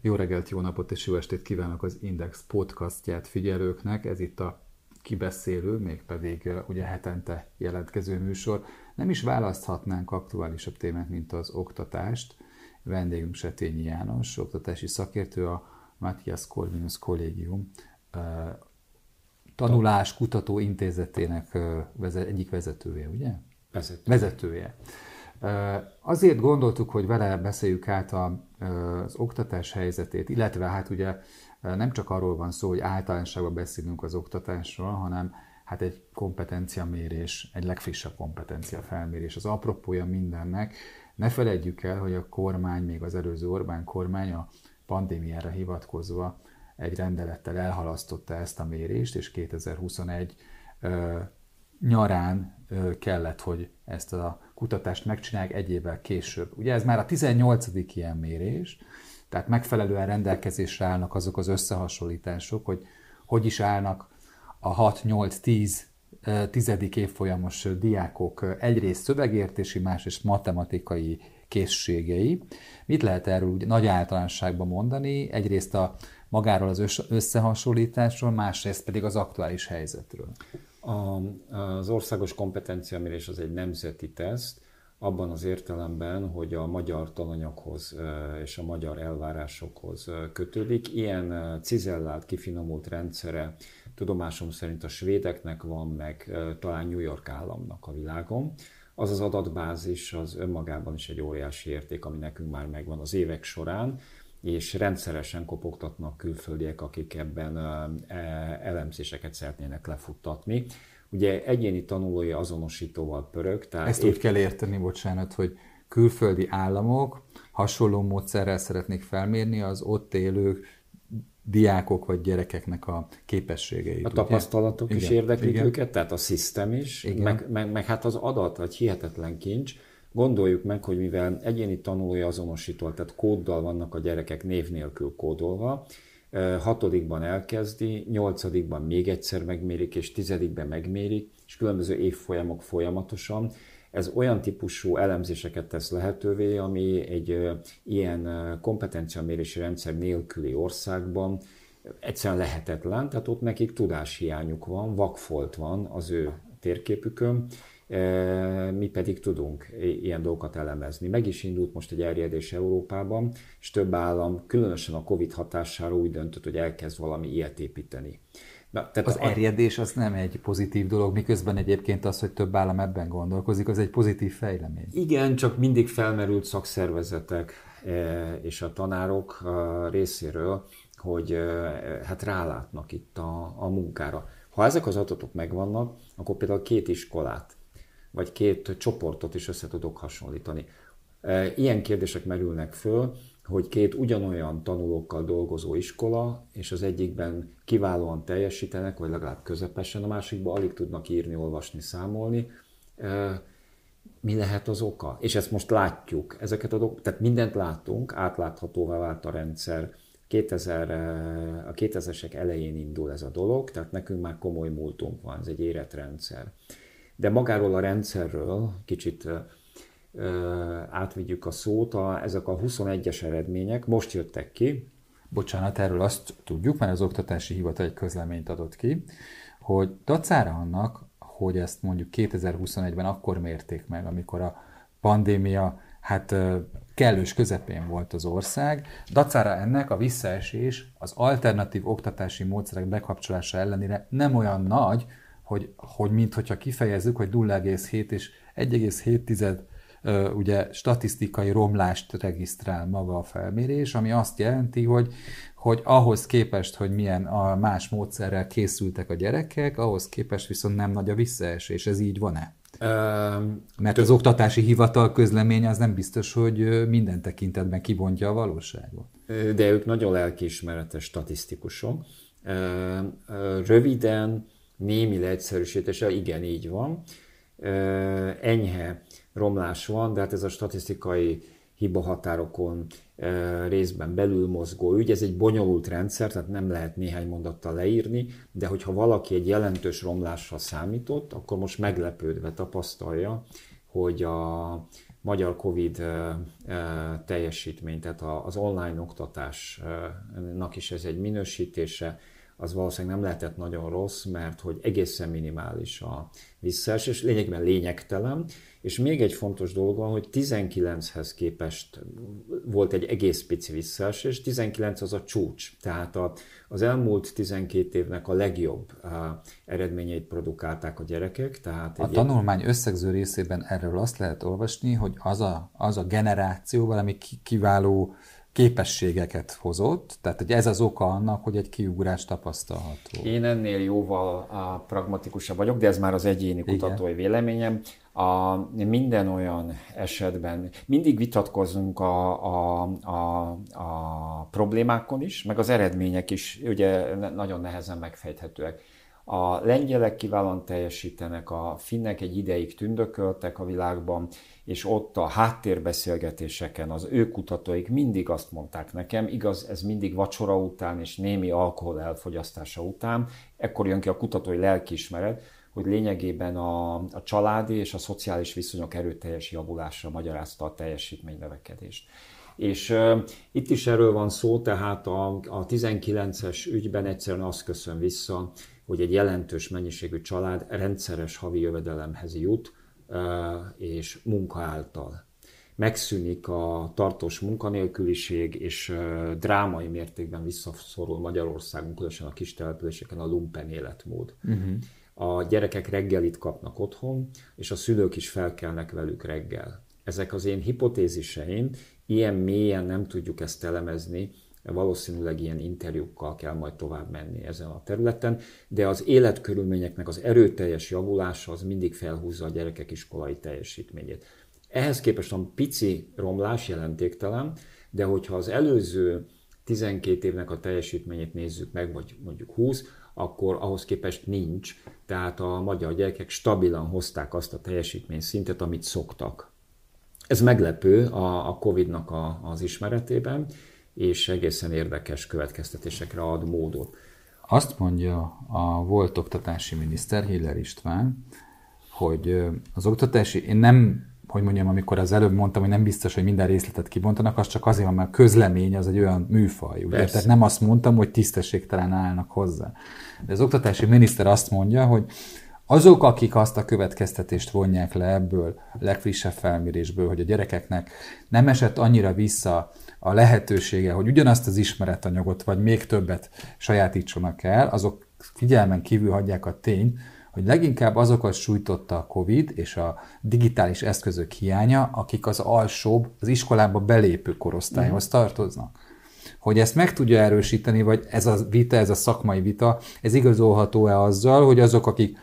Jó reggelt, jó napot és jó estét kívánok az Index podcastját figyelőknek. Ez itt a kibeszélő, mégpedig ugye hetente jelentkező műsor. Nem is választhatnánk aktuálisabb témát, mint az oktatást. Vendégünk Setényi János, oktatási szakértő, a Matthias Corvinus Kollégium tanulás kutató intézetének egyik vezetője, ugye? Vezetője. Azért gondoltuk, hogy vele beszéljük át az oktatás helyzetét, illetve hát ugye nem csak arról van szó, hogy általánosságban beszélünk az oktatásról, hanem hát egy kompetenciamérés, egy legfrissebb kompetenciafelmérés, az apropója mindennek. Ne feledjük el, hogy a kormány, még az előző Orbán kormány a pandémiára hivatkozva egy rendelettel elhalasztotta ezt a mérést, és 2021 nyarán kellett, hogy ezt a kutatást megcsinálják egy évvel később. Ugye ez már a 18. ilyen mérés, tehát megfelelően rendelkezésre állnak azok az összehasonlítások, hogy is állnak a 6-8-10 tizedik évfolyamos diákok egyrészt szövegértési, másrészt matematikai készségei. Mit lehet erről nagy általánosságban mondani? Egyrészt magáról az összehasonlításról, másrészt pedig az aktuális helyzetről. Az országos kompetenciamérés az egy nemzeti teszt, abban az értelemben, hogy a magyar tananyaghoz és a magyar elvárásokhoz kötődik. Ilyen cizellált, kifinomult rendszere tudomásom szerint a svédeknek van, meg talán New York államnak a világon. Az az adatbázis az önmagában is egy óriási érték, ami nekünk már megvan az évek során, és rendszeresen kopogtatnak külföldiek, akik ebben elemzéseket szeretnének lefuttatni. Ugye egyéni tanulói azonosítóval pörög. Tehát ezt úgy kell érteni, bocsánat, hogy külföldi államok hasonló módszerrel szeretnék felmérni az ott élő diákok vagy gyerekeknek a képességeit. A tapasztalatok ugye? is érdeklik őket, tehát a szisztem is, meg hát az adat, egy hihetetlen kincs. Gondoljuk meg, hogy mivel egyéni tanulói azonosító, tehát kóddal vannak a gyerekek név nélkül kódolva, 6-ban elkezdi, 8-ban még egyszer megmérik, és 10-ben megmérik, és különböző évfolyamok folyamatosan. Ez olyan típusú elemzéseket tesz lehetővé, ami egy ilyen kompetenciamérési rendszer nélküli országban egyszerűen lehetetlen, tehát ott nekik tudáshiányuk van, vakfolt van az ő térképükön, mi pedig tudunk ilyen dolgokat elemezni. Meg is indult most egy erjedés Európában, és több állam, különösen a Covid hatására úgy döntött, hogy elkezd valami ilyet építeni. Tehát az erjedés az nem egy pozitív dolog, miközben egyébként az, hogy több állam ebben gondolkozik, az egy pozitív fejlemény. Igen, csak mindig felmerült szakszervezetek és a tanárok részéről, hogy hát rálátnak itt a munkára. Ha ezek az adatok megvannak, akkor például 2 iskolát vagy 2 csoportot is össze tudok hasonlítani. Ilyen kérdések merülnek föl, hogy 2 ugyanolyan tanulókkal dolgozó iskola, és az egyikben kiválóan teljesítenek, vagy legalább közepesen, a másikban alig tudnak írni, olvasni, számolni. Mi lehet az oka? És ezt most látjuk. Ezeket a tehát mindent látunk, átláthatóvá vált a rendszer. A 2000-esek elején indul ez a dolog, tehát nekünk már komoly múltunk van, ez egy érett rendszer. De magáról a rendszerről kicsit átvigyük a szót, ezek a 21-es eredmények most jöttek ki. Bocsánat, erről azt tudjuk, mert az Oktatási Hivatal egy közleményt adott ki, hogy dacára annak, hogy ezt mondjuk 2021-ben akkor mérték meg, amikor a pandémia kellős közepén volt az ország, dacára ennek a visszaesés az alternatív oktatási módszerek bekapcsolása ellenére nem olyan nagy, hogy minthogyha kifejezzük, hogy 0,7 és 1,7 ugye statisztikai romlást regisztrál maga a felmérés, ami azt jelenti, hogy ahhoz képest, hogy milyen a más módszerrel készültek a gyerekek, ahhoz képest viszont nem nagy a visszaesés. Ez így van-e? Mert az Oktatási Hivatal közleménye az nem biztos, hogy minden tekintetben kibontja a valóságot. De ők nagyon lelkiismeretes statisztikusok. Röviden, némi leegyszerűsítéssel, igen, így van. Enyhe romlás van, de hát ez a statisztikai hibahatárokon részben belül mozgó ügy. Ez egy bonyolult rendszer, tehát nem lehet néhány mondattal leírni, de hogyha valaki egy jelentős romlásra számított, akkor most meglepődve tapasztalja, hogy magyar Covid teljesítmény, tehát az online oktatásnak is ez egy minősítése, az valószínűleg nem lehetett nagyon rossz, mert hogy egészen minimális a visszaesés, lényegben lényegtelen, és még egy fontos dolog van, hogy 19-hez képest volt egy egész pici visszaesés, 19 az a csúcs, tehát az elmúlt 12 évnek a legjobb eredményeit produkálták a gyerekek. Tehát a tanulmány összegző részében erről azt lehet olvasni, hogy az a generáció valami kiváló képességeket hozott, tehát hogy ez az oka annak, hogy egy kiugrás tapasztalható. Én ennél jóval pragmatikusabb vagyok, de ez már az egyéni kutatói véleményem. Minden olyan esetben mindig vitatkozunk a problémákon is, meg az eredmények is ugye nagyon nehezen megfejthetőek. A lengyelek kiválóan teljesítenek, a finnek egy ideig tündököltek a világban, és ott a háttérbeszélgetéseken az ő kutatóik mindig azt mondták nekem, igaz, ez mindig vacsora után és némi alkohol elfogyasztása után, ekkor jön ki a kutatói lelkiismeret, hogy lényegében a családi és a szociális viszonyok erőteljes javulása magyarázta a teljesítménynövekedést. És itt is erről van szó, tehát a 19-es ügyben egyszerűen azt köszön vissza, hogy egy jelentős mennyiségű család rendszeres havi jövedelemhez jut, és munka által. Megszűnik a tartós munkanélküliség, és drámai mértékben visszaszorul Magyarországon, különösen a kis településeken a lumpen életmód. A gyerekek reggelit kapnak otthon, és a szülők is felkelnek velük reggel. Ezek az én hipotéziseim, ilyen mélyen nem tudjuk ezt elemezni, valószínűleg ilyen interjúkkal kell majd tovább menni ezen a területen, de az életkörülményeknek az erőteljes javulása az mindig felhúzza a gyerekek iskolai teljesítményét. Ehhez képest a pici romlás jelentéktelen, de hogyha az előző 12 évnek a teljesítményét nézzük meg, vagy mondjuk 20, akkor ahhoz képest nincs, tehát a magyar gyerekek stabilan hozták azt a teljesítményszintet, amit szoktak. Ez meglepő a Covid-nak az ismeretében, és egészen érdekes következtetésekre ad módot. Azt mondja a volt oktatási miniszter, Hiller István, hogy az oktatási, én nem, hogy mondjam, amikor az előbb mondtam, hogy nem biztos, hogy minden részletet kibontanak, az csak azért van, mert a közlemény az egy olyan műfaj. Ugye? Tehát nem azt mondtam, hogy tisztességtelen állnak hozzá. De az oktatási miniszter azt mondja, hogy azok, akik azt a következtetést vonják le ebből a legfrissebb felmérésből, hogy a gyerekeknek nem esett annyira vissza a lehetősége, hogy ugyanazt az ismeretanyagot, vagy még többet sajátítsanak el, azok figyelmen kívül hagyják a tényt, hogy leginkább azokat sújtotta a Covid és a digitális eszközök hiánya, akik az alsóbb, az iskolába belépő korosztályhoz tartoznak. Hogy ezt meg tudja erősíteni, vagy ez a vita, ez a szakmai vita, ez igazolható-e azzal, hogy azok, akik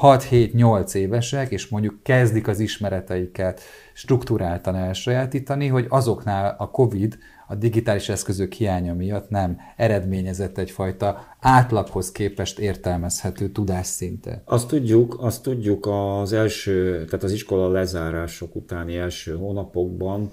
6-7-8 évesek, és mondjuk kezdik az ismereteiket strukturáltan elsajátítani, hogy azoknál a Covid a digitális eszközök hiánya miatt nem eredményezett egyfajta átlaghoz képest értelmezhető tudásszintet. Azt tudjuk az első, tehát az iskola lezárások utáni első hónapokban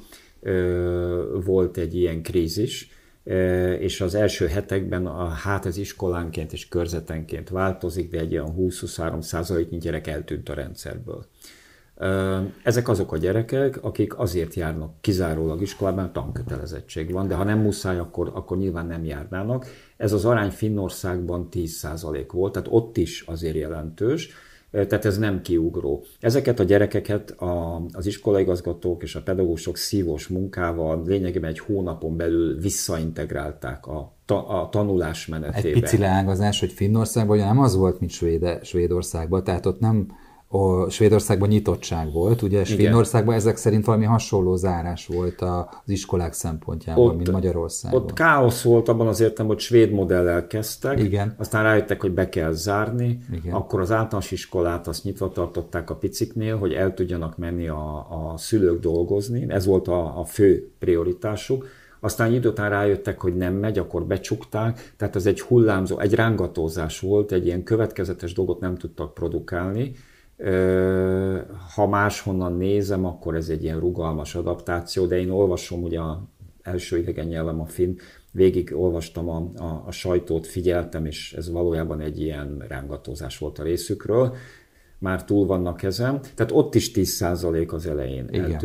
volt egy ilyen krízis, és az első hetekben ez iskolánként és körzetenként változik, de egy olyan 20-23%-nyi gyerek eltűnt a rendszerből. Ezek azok a gyerekek, akik azért járnak kizárólag iskolában, tankötelezettség van, de ha nem muszáj, akkor nyilván nem járnának. Ez az arány Finnországban 10% volt, tehát ott is azért jelentős, tehát ez nem kiugró. Ezeket a gyerekeket az iskolaigazgatók és a pedagógusok szívós munkával lényegében egy hónapon belül visszaintegrálták a tanulás menetébe. Egy pici leágazás, hogy Finnországban ugye nem az volt, mint Svédországban, tehát ott nem Svédországban nyitottság volt, ugye Finnországban ezek szerint valami hasonló zárás volt az iskolák szempontjából, mint Magyarországon. Ott káosz volt abban az értelemben, hogy svéd modellel kezdtek, igen. Aztán rájöttek, hogy be kell zárni, igen. Akkor az általános iskolát azt nyitva tartották a piciknél, hogy el tudjanak menni a szülők dolgozni, ez volt a fő prioritásuk. Aztán idő után rájöttek, hogy nem megy, akkor becsukták, tehát ez egy hullámzó, egy rángatózás volt, egy ilyen következetes dolgot nem tudtak produkálni. Ha máshonnan nézem, akkor ez egy ilyen rugalmas adaptáció, de én olvasom, ugye az első idegen nyelvem a finn, végig olvastam a sajtót, figyeltem, és ez valójában egy ilyen rángatózás volt a részükről. Már túl vannak ezen, tehát ott is 10% az elején eltűnt.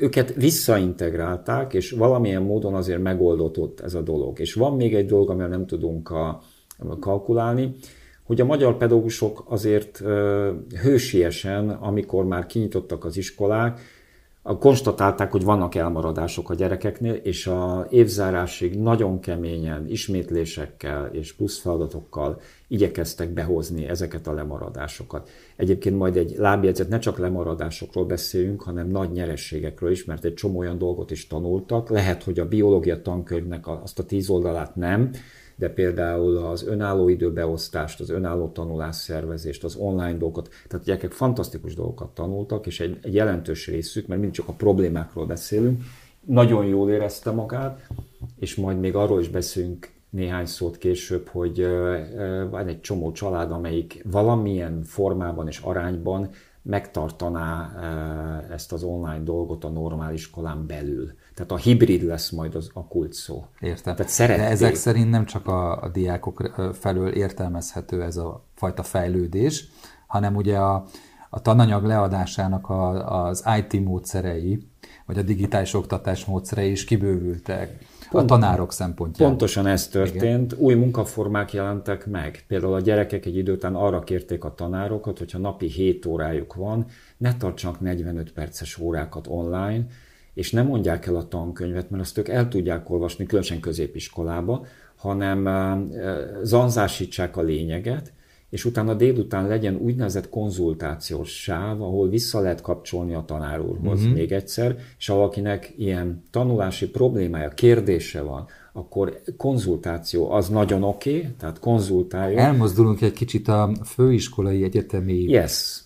őket visszaintegrálták, és valamilyen módon azért megoldódott ez a dolog. És van még egy dolog, amivel nem tudunk kalkulálni, hogy a magyar pedagógusok azért hősiesen, amikor már kinyitottak az iskolák, konstatálták, hogy vannak elmaradások a gyerekeknél, és az évzárásig nagyon keményen, ismétlésekkel és plusz feladatokkal igyekeztek behozni ezeket a lemaradásokat. Egyébként majd egy lábjegyzet, ne csak lemaradásokról beszéljünk, hanem nagy nyerességekről is, mert egy csomó olyan dolgot is tanultak. Lehet, hogy a biológia tankönyvnek azt a 10 oldalát nem, de például az önálló időbeosztást, az önálló tanulásszervezést, az online dolgokat, tehát a gyerekek fantasztikus dolgokat tanultak, és egy jelentős részük, mert mindig csak a problémákról beszélünk, nagyon jól érezte magát, és majd még arról is beszélünk néhány szót később, hogy van egy csomó család, amelyik valamilyen formában és arányban megtartaná ezt az online dolgot a normál iskolán belül. Tehát a hibrid lesz majd a kulcs szó. Értem. Tehát de ezek szerint nem csak a diákok felől értelmezhető ez a fajta fejlődés, hanem ugye a tananyag leadásának az IT módszerei, vagy a digitális oktatás módszerei is kibővültek a tanárok szempontjából. Pontosan ez történt. Igen. Új munkaformák jelentek meg. Például a gyerekek egy idő után arra kérték a tanárokat, hogyha napi 7 órájuk van, ne tartsanak 45 perces órákat online, és nem mondják el a tankönyvet, mert azt ők el tudják olvasni, különösen középiskolába, hanem zanzásítsák a lényeget, és utána délután legyen úgynevezett konzultációs sáv, ahol vissza lehet kapcsolni a tanár úrhoz még egyszer, és ha valakinek ilyen tanulási problémája, kérdése van, akkor konzultáció az nagyon oké, tehát konzultáljon. Elmozdulunk egy kicsit a főiskolai egyetemi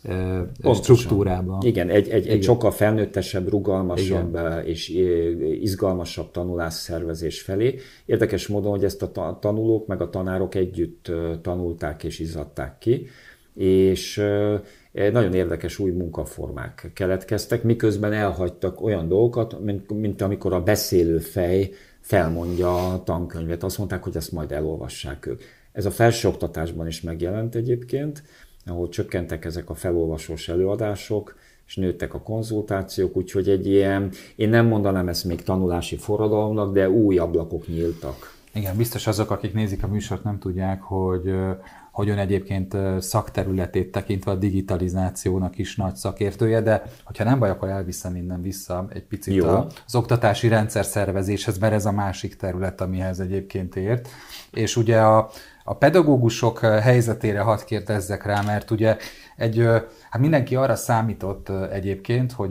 struktúrában. Igen, egy sokkal felnőttesebb, rugalmasabb és izgalmasabb tanulásszervezés felé. Érdekes módon, hogy ezt a tanulók meg a tanárok együtt tanulták és izzadták ki, és nagyon érdekes új munkaformák keletkeztek, miközben elhagytak olyan dolgokat, mint amikor a beszélő fej felmondja a tankönyvet. Azt mondták, hogy ezt majd elolvassák ők. Ez a felsőoktatásban is megjelent egyébként, ahol csökkentek ezek a felolvasós előadások, és nőttek a konzultációk, úgyhogy egy ilyen, én nem mondanám ezt még tanulási forradalomnak, de új ablakok nyíltak. Igen, biztos azok, akik nézik a műsort, nem tudják, hogy hogyan egyébként szakterületét tekintve a digitalizációnak is nagy szakértője, de hogyha nem baj, akkor elviszem innen vissza egy picit az oktatási rendszer szervezéshez, mert ez a másik terület, amihez egyébként ért. És ugye a pedagógusok helyzetére hadd kérdezzek rá, mert ugye hát mindenki arra számított egyébként, hogy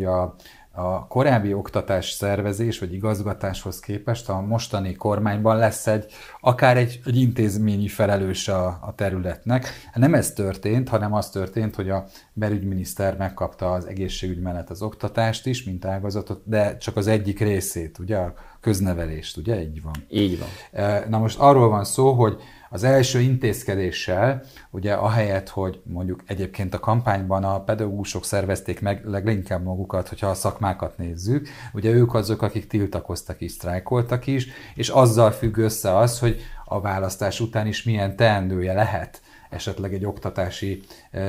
a korábbi oktatás szervezés vagy igazgatáshoz képest a mostani kormányban lesz akár egy intézményi felelős a területnek. Nem ez történt, hanem az történt, hogy a belügyminiszter megkapta az egészségügy mellett az oktatást is, mint ágazatot, de csak az egyik részét, ugye a köznevelést, ugye? Így van. Így van. Na most arról van szó, hogy az első intézkedéssel, ugye ahelyett, hogy mondjuk egyébként a kampányban a pedagógusok szervezték meg leginkább magukat, hogyha a szakmákat nézzük, ugye ők azok, akik tiltakoztak is, sztrájkoltak is, és azzal függ össze az, hogy a választás után is milyen teendője lehet esetleg egy oktatási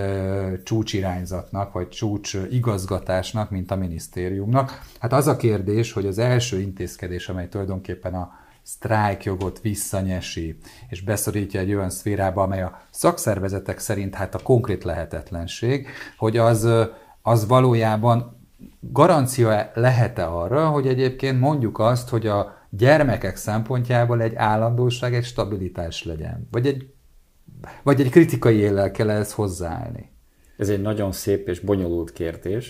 csúcsirányzatnak, vagy csúcsigazgatásnak, mint a minisztériumnak. Hát az a kérdés, hogy az első intézkedés, amely tulajdonképpen a sztrájkjogot visszanyesi, és beszorítja egy olyan szférába, amely a szakszervezetek szerint hát a konkrét lehetetlenség, hogy az valójában garancia lehet-e arra, hogy egyébként mondjuk azt, hogy a gyermekek szempontjából egy állandóság, egy stabilitás legyen, vagy egy kritikai éllel kell ehhez hozzáállni? Ez egy nagyon szép és bonyolult kérdés.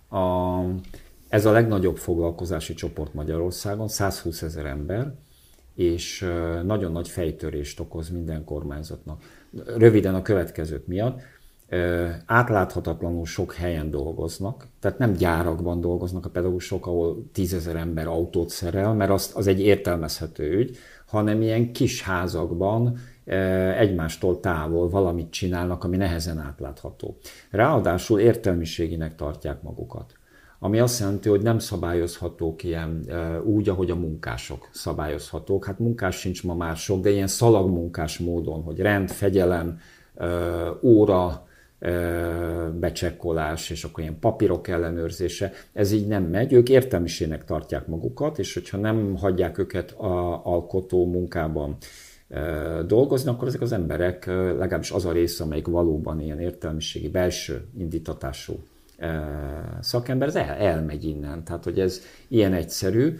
Ez a legnagyobb foglalkozási csoport Magyarországon, 120 000 ember, és nagyon nagy fejtörést okoz minden kormányzatnak. Röviden a következők miatt. Átláthatatlanul sok helyen dolgoznak, tehát nem gyárakban dolgoznak a pedagógusok, ahol 10 000 ember autót szerel, mert az egy értelmezhető ügy, hanem ilyen kis házakban egymástól távol valamit csinálnak, ami nehezen átlátható. Ráadásul értelmiséginek tartják magukat. Ami azt jelenti, hogy nem szabályozhatók ilyen úgy, ahogy a munkások szabályozhatók. Hát munkás sincs ma már sok, de ilyen szalagmunkás módon, hogy rend, fegyelem, óra, becsekkolás, és akkor ilyen papírok ellenőrzése. Ez így nem megy, ők értelmisének tartják magukat, és hogyha nem hagyják őket alkotó munkában dolgozni, akkor ezek az emberek, legalábbis az a része, amelyik valóban ilyen értelmiségi, belső indítatású szakember, ez elmegy innen. Tehát, hogy ez ilyen egyszerű.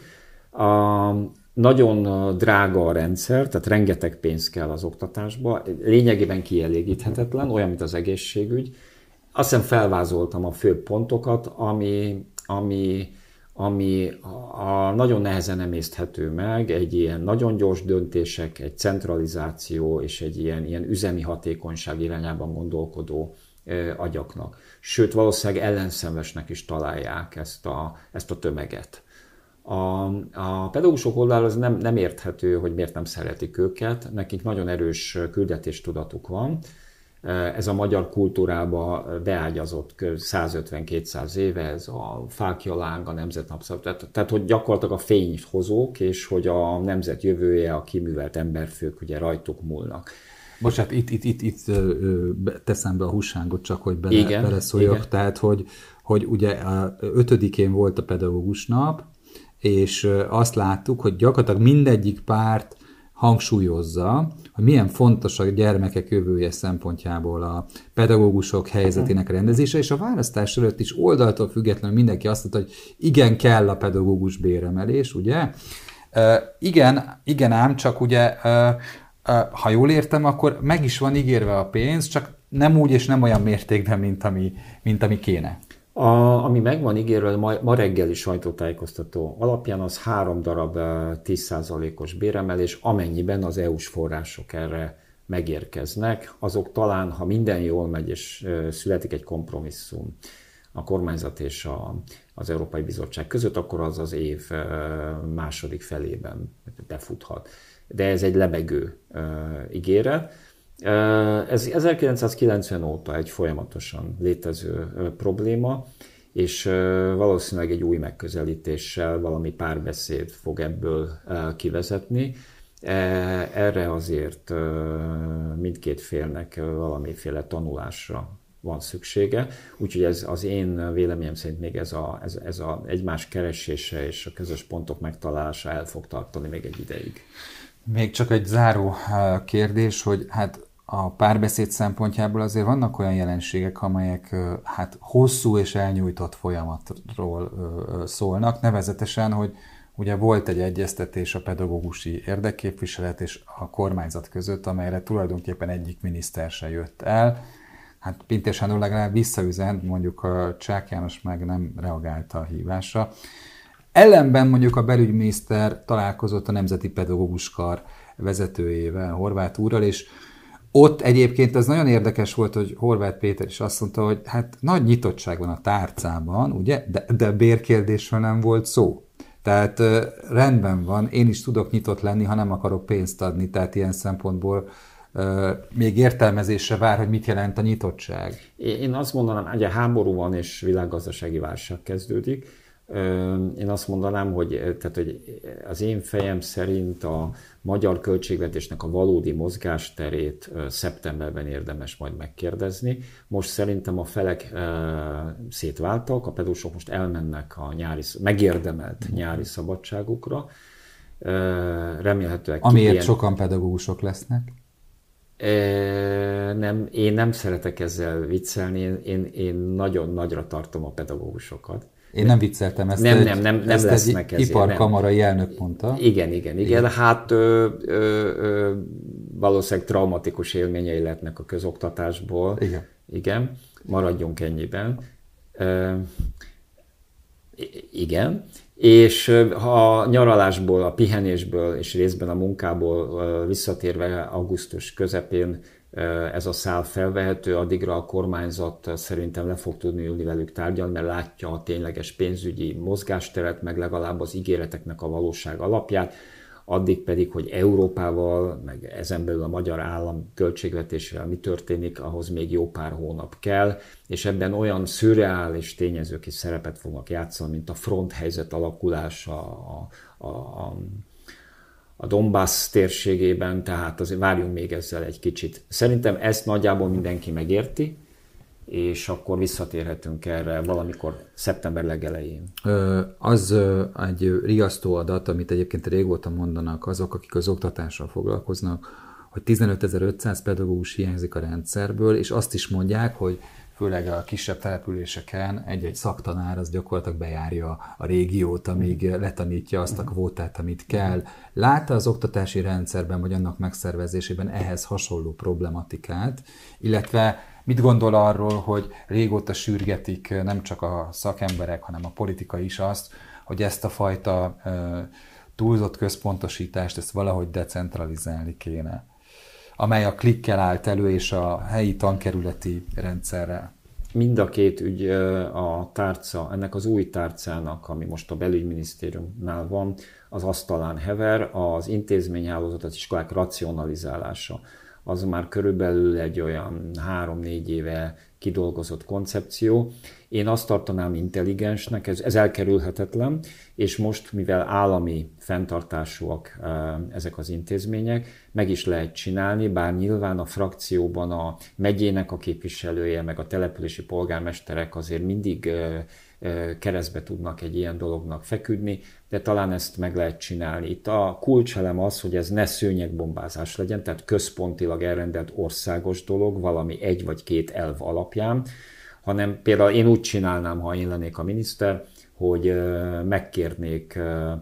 Nagyon drága a rendszer, tehát rengeteg pénz kell az oktatásba, lényegében kielégíthetetlen, olyan, mint az egészségügy. Azt hiszem felvázoltam a fő pontokat, ami nagyon nehezen emészthető meg, egy ilyen nagyon gyors döntések, egy centralizáció és egy ilyen üzemi hatékonyság irányában gondolkodó agyaknak. Sőt, valószínűleg ellenszenvesnek is találják ezt a tömeget. A pedagógusok oldalról az nem érthető, hogy miért nem szeretik őket, nekik nagyon erős küldetéstudatuk van. Ez a magyar kultúrába beágyazott 150-200 éve, ez a fáklялáng, a nemzetnapszab, tehát hogy gyakorlatilag a fényhozók, és hogy a nemzet jövője, a kiművelt emberfők ugye rajtuk múlnak. Bocsánat, itt teszem be a húsángot, csak hogy beleszóljak. Igen. Tehát, hogy ugye a 5-én volt a pedagógus nap, és azt láttuk, hogy gyakorlatilag mindegyik párt hangsúlyozza, hogy milyen fontos a gyermekek jövője szempontjából a pedagógusok helyzetének rendezése, és a választás előtt is oldaltól függetlenül mindenki azt mondta, hogy igen, kell a pedagógus béremelés, ugye? Igen ám, csak ugye, ha jól értem, akkor meg is van ígérve a pénz, csak nem úgy és nem olyan mértékben, mint ami kéne. Ami meg van ígérve, ma reggeli sajtótájékoztató alapján az 3 darab 10%-os béremelés, amennyiben az EU-s források erre megérkeznek. Azok talán, ha minden jól megy és születik egy kompromisszum a kormányzat és az Európai Bizottság között, akkor az az év második felében befuthat. De ez egy lebegő ígéret. Ez 1990 óta egy folyamatosan létező probléma, és valószínűleg egy új megközelítéssel valami párbeszéd fog ebből kivezetni. Erre azért mindkét félnek valamiféle tanulásra van szüksége, úgyhogy ez az én véleményem szerint még ez a egymás keresése és a közös pontok megtalálása el fog tartani még egy ideig. Még csak egy záró kérdés, hogy hát a párbeszéd szempontjából azért vannak olyan jelenségek, amelyek hát hosszú és elnyújtott folyamatról szólnak, nevezetesen, hogy ugye volt egy egyeztetés a pedagógusi érdekképviselet és a kormányzat között, amelyre tulajdonképpen egyik miniszter se jött el. Hát Pintér Sándor legalább visszaüzent, mondjuk a Csák János meg nem reagálta a hívásra. Ellenben mondjuk a belügyminiszter találkozott a Nemzeti Pedagógus Kar vezetőjével, Horváth úrral, és ott egyébként ez nagyon érdekes volt, hogy Horváth Péter is azt mondta, hogy hát nagy nyitottság van a tárcában, ugye, de bérkérdésről nem volt szó. Tehát rendben van, én is tudok nyitott lenni, ha nem akarok pénzt adni, tehát ilyen szempontból még értelmezésre vár, hogy mit jelent a nyitottság. Én azt mondanám, hogy a háború van és világgazdasági válság kezdődik. Én azt mondanám, hogy az én fejem szerint a magyar költségvetésnek a valódi mozgásterét szeptemberben érdemes majd megkérdezni. Most szerintem a felek szétváltak, a pedagógusok most elmennek a megérdemelt nyári szabadságukra. Remélhetőleg amiért sokan pedagógusok lesznek? Nem, én nem szeretek ezzel viccelni, én nagyon nagyra tartom a pedagógusokat. Én nem vicceltem, ezt nem lesznek egy iparkamarai elnök mondta. Igen. Hát valószínűleg traumatikus élményei lehetnek a közoktatásból. Igen. Maradjunk ennyiben. Igen. És ha a nyaralásból, a pihenésből és részben a munkából visszatérve augusztus közepén ez a szál felvehető, addigra a kormányzat szerintem le fog tudni ülni velük tárgyalni, mert látja a tényleges pénzügyi mozgásteret, meg legalább az ígéreteknek a valóság alapját, addig pedig, hogy Európával, meg ezen belül a magyar állam költségvetésével mi történik, ahhoz még jó pár hónap kell, és ebben olyan szürreális tényezők is szerepet fognak játszani, mint a fronthelyzet alakulása, a Donbass térségében, tehát azért várjunk még ezzel egy kicsit. Szerintem ezt nagyjából mindenki megérti, és akkor visszatérhetünk erre valamikor szeptember legelején. Az egy riasztó adat, amit egyébként régóta mondanak azok, akik az oktatással foglalkoznak, hogy 15.500 pedagógus hiányzik a rendszerből, és azt is mondják, hogy főleg a kisebb településeken egy-egy szaktanár az gyakorlatilag bejárja a régiót, amíg letanítja azt a kvótát, amit kell. Lát az oktatási rendszerben, vagy annak megszervezésében ehhez hasonló problematikát, illetve mit gondol arról, hogy régóta sürgetik nem csak a szakemberek, hanem a politika is azt, hogy ezt a fajta túlzott központosítást, ezt valahogy decentralizálni kéne, amely a klikkel állt elő, és a helyi tankerületi rendszerrel. Mind a két ügy a tárca, ennek az új tárcának, ami most a belügyminisztériumnál van, az asztalán hever, az intézményhálózat, az iskolák racionalizálása. Az már körülbelül egy olyan 3-4 éve kidolgozott koncepció. Én azt tartanám intelligensnek, ez elkerülhetetlen, és most, mivel állami fenntartásúak ezek az intézmények, meg is lehet csinálni, bár nyilván a frakcióban a megyének a képviselője, meg a települési polgármesterek azért mindig keresztbe tudnak egy ilyen dolognak feküdni, de talán ezt meg lehet csinálni. Itt a kulcselem az, hogy ez ne szőnyegbombázás legyen, tehát központilag elrendelt országos dolog, valami 1 vagy 2 elv alapján, hanem például én úgy csinálnám, ha én lennék a miniszter, hogy megkérnék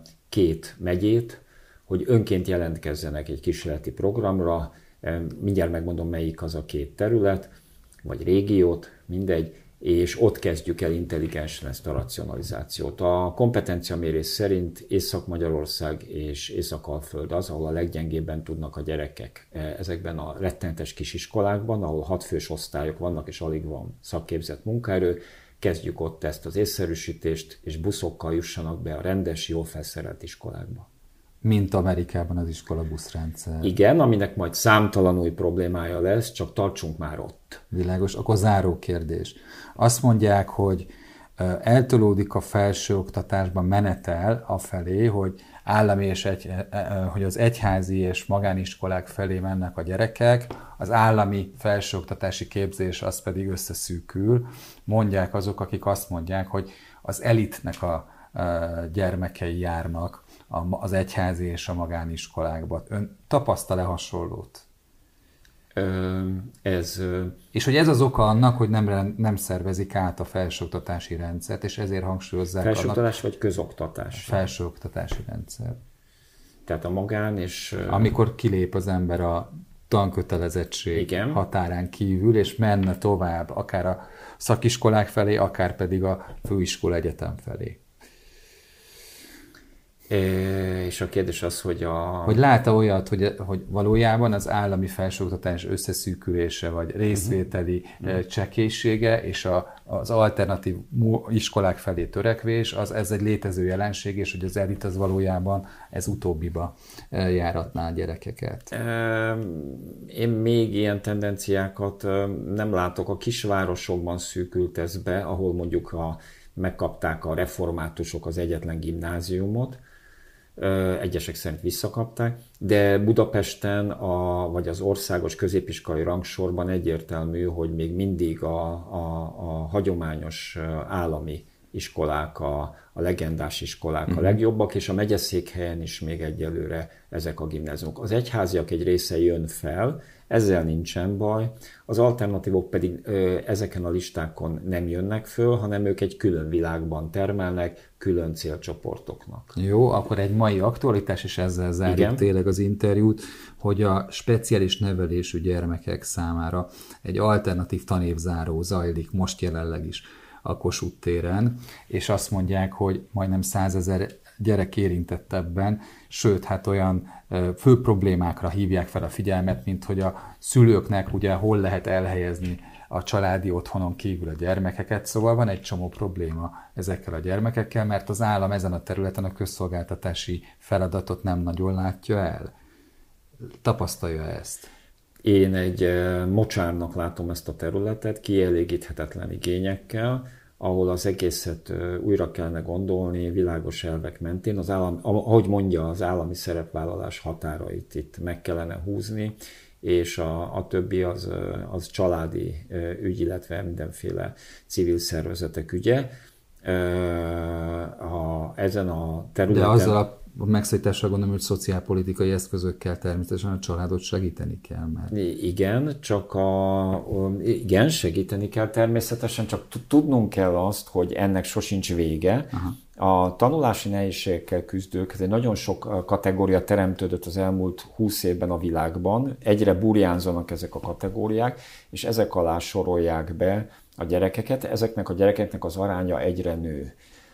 2 megyét, hogy önként jelentkezzenek egy kísérleti programra, mindjárt megmondom, melyik az a 2 terület, vagy régiót, mindegy, és ott kezdjük el intelligensen ezt a racionalizációt. A kompetenciamérés szerint Észak-Magyarország és Észak-Alföld az, ahol a leggyengébben tudnak a gyerekek ezekben a rettenetes kisiskolákban, ahol 6 fős osztályok vannak, és alig van szakképzett munkaerő. Kezdjük ott ezt az észszerűsítést, és buszokkal jussanak be a rendes, jól felszerelt iskolákba. Mint Amerikában az iskolabuszrendszer. Igen, aminek majd számtalan új problémája lesz, csak tartsunk már ott. Világos. Akkor záró kérdés. Azt mondják, hogy eltolódik a felsőoktatásban menetel afelé, hogy állami és hogy az egyházi és magániskolák felé mennek a gyerekek, az állami felsőoktatási képzés az pedig összeszűkül. Mondják azok, akik azt mondják, hogy az elitnek a gyermekei járnak az egyházi és a magániskolákban. Ön tapasztal-e hasonlót? És hogy ez az oka annak, hogy nem szervezik át a felsőoktatási rendszert, és ezért hangsúlyozzák felsőoktatás vagy közoktatás? Felsőoktatási rendszer. Tehát a magán és... Amikor kilép az ember a tankötelezettség igen. határán kívül, és menne tovább, akár a szakiskolák felé, akár pedig a főiskola egyetem felé. És a kérdés az, hogy Hogy lát-e olyat, hogy valójában az állami felsőoktatás összeszűkülése, vagy részvételi csekélysége, és az alternatív iskolák felé törekvés, ez egy létező jelenség, és hogy az elit az valójában ez utóbbiba járatná a gyerekeket. Én még ilyen tendenciákat nem látok. A kisvárosokban szűkült ez be, ahol mondjuk megkapták a reformátusok az egyetlen gimnáziumot, egyesek szerint visszakapták, de Budapesten vagy az országos középiskolai rangsorban egyértelmű, hogy még mindig a hagyományos állami iskolák, a legendás iskolák a legjobbak, és a megyeszékhelyen is még egyelőre ezek a gimnáziumok. Az egyháziak egy része jön fel, ezzel nincsen baj, az alternatívok pedig ezeken a listákon nem jönnek föl, hanem ők egy külön világban termelnek, külön célcsoportoknak. Jó, akkor egy mai aktualitás, és ezzel zárjuk tényleg az interjút, hogy a speciális nevelésű gyermekek számára egy alternatív tanévzáró zajlik most jelenleg is a Kossuth téren, és azt mondják, hogy majdnem 100 000 gyerek érintett ebben, sőt, hát olyan fő problémákra hívják fel a figyelmet, mint hogy a szülőknek ugye hol lehet elhelyezni a családi otthonon kívül a gyermekeket, szóval van egy csomó probléma ezekkel a gyermekekkel, mert az állam ezen a területen a közszolgáltatási feladatot nem nagyon látja el. Tapasztalja ezt? Én egy mocsárnak látom ezt a területet, kielégíthetetlen igényekkel, ahol az egészet újra kellene gondolni, világos elvek mentén. Az állam, ahogy mondja, az állami szerepvállalás határait itt meg kellene húzni, és a többi az családi ügy, illetve mindenféle civil szervezetek ügye. Ezen a területen... De azzal a megszorítással gondolom, hogy szociálpolitikai eszközökkel természetesen a családot segíteni kell. Mert... Igen, segíteni kell természetesen, csak tudnunk kell azt, hogy ennek sosincs vége. Aha. A tanulási nehézségekkel küzdők, ez egy nagyon sok kategória teremtődött az elmúlt 20 évben a világban. Egyre burjánzanak ezek a kategóriák, és ezek alá sorolják be a gyerekeket. Ezeknek a gyerekeknek az aránya egyre nő.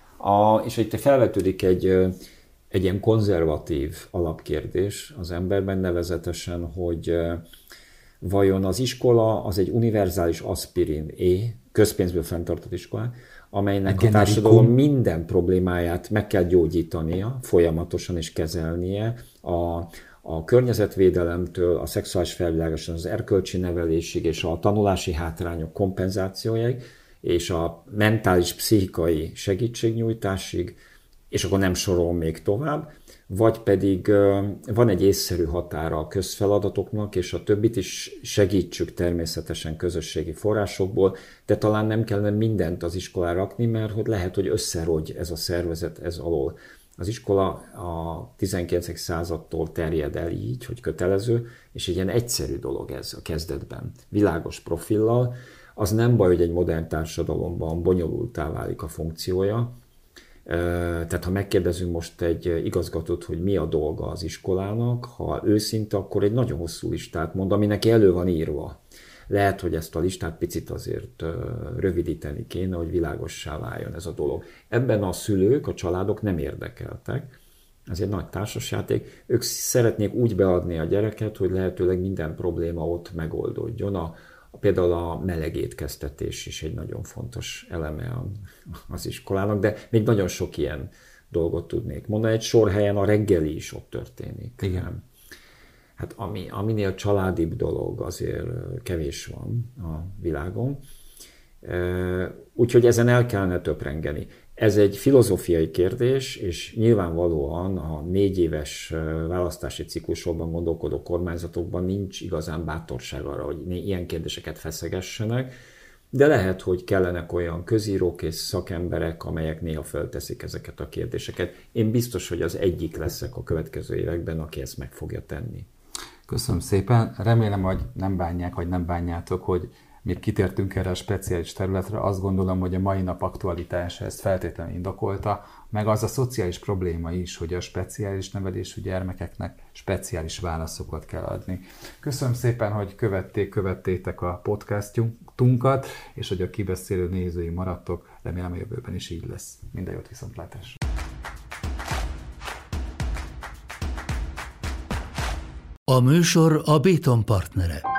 És itt felvetődik egy ilyen konzervatív alapkérdés az emberben, nevezetesen, hogy vajon az iskola az egy univerzális aspirin közpénzből fenntartott iskolák, amelynek a társadalom minden problémáját meg kell gyógyítania folyamatosan és kezelnie, a környezetvédelemtől, a szexuális felvilágosodásig, az erkölcsi nevelésig és a tanulási hátrányok kompenzációjáig, és a mentális, pszichikai segítségnyújtásig, és akkor nem sorolom még tovább, vagy pedig van egy észszerű határa a közfeladatoknak, és a többit is segítsük természetesen közösségi forrásokból, de talán nem kellene mindent az iskolára rakni, mert hogy lehet, hogy összerogy ez a szervezet ez alól. Az iskola a 19. századtól terjed el így, hogy kötelező, és egy ilyen egyszerű dolog ez a kezdetben, világos profillal. Az nem baj, hogy egy modern társadalomban bonyolultá válik a funkciója. Tehát ha megkérdezünk most egy igazgatót, hogy mi a dolga az iskolának, ha őszinte, akkor egy nagyon hosszú listát mond, ami neki elő van írva. Lehet, hogy ezt a listát picit azért rövidíteni kéne, hogy világossá váljon ez a dolog. Ebben a szülők, a családok nem érdekeltek. Ez egy nagy társasjáték. Ők szeretnék úgy beadni a gyereket, hogy lehetőleg minden probléma ott megoldódjon. Például a meleg étkeztetés is egy nagyon fontos eleme az iskolának, de még nagyon sok ilyen dolgot tudnék mondani. Egy sor helyen a reggeli is ott történik. Igen. Hát aminél családibb dolog azért kevés van a világon. Úgyhogy ezen el kellene töprengeni. Ez egy filozófiai kérdés, és nyilvánvalóan a 4 éves választási ciklusokban gondolkodó kormányzatokban nincs igazán bátorság arra, hogy ilyen kérdéseket feszegessenek, de lehet, hogy kellenek olyan közírók és szakemberek, amelyek néha fölteszik ezeket a kérdéseket. Én biztos, hogy az egyik leszek a következő években, aki ezt meg fogja tenni. Köszönöm szépen. Remélem, hogy nem bánják, vagy nem bánjátok, hogy még kitértünk erre a speciális területre. Azt gondolom, hogy a mai nap aktualitása ezt feltétlenül indokolta, meg az a szociális probléma is, hogy a speciális nevelésű gyermekeknek speciális válaszokat kell adni. Köszönöm szépen, hogy követtétek a podcastunkat, és hogy a kibeszélő nézői maradtok. Remélem a jövőben is így lesz. Minden jót, viszontlátásra! A műsor a Béton partnere.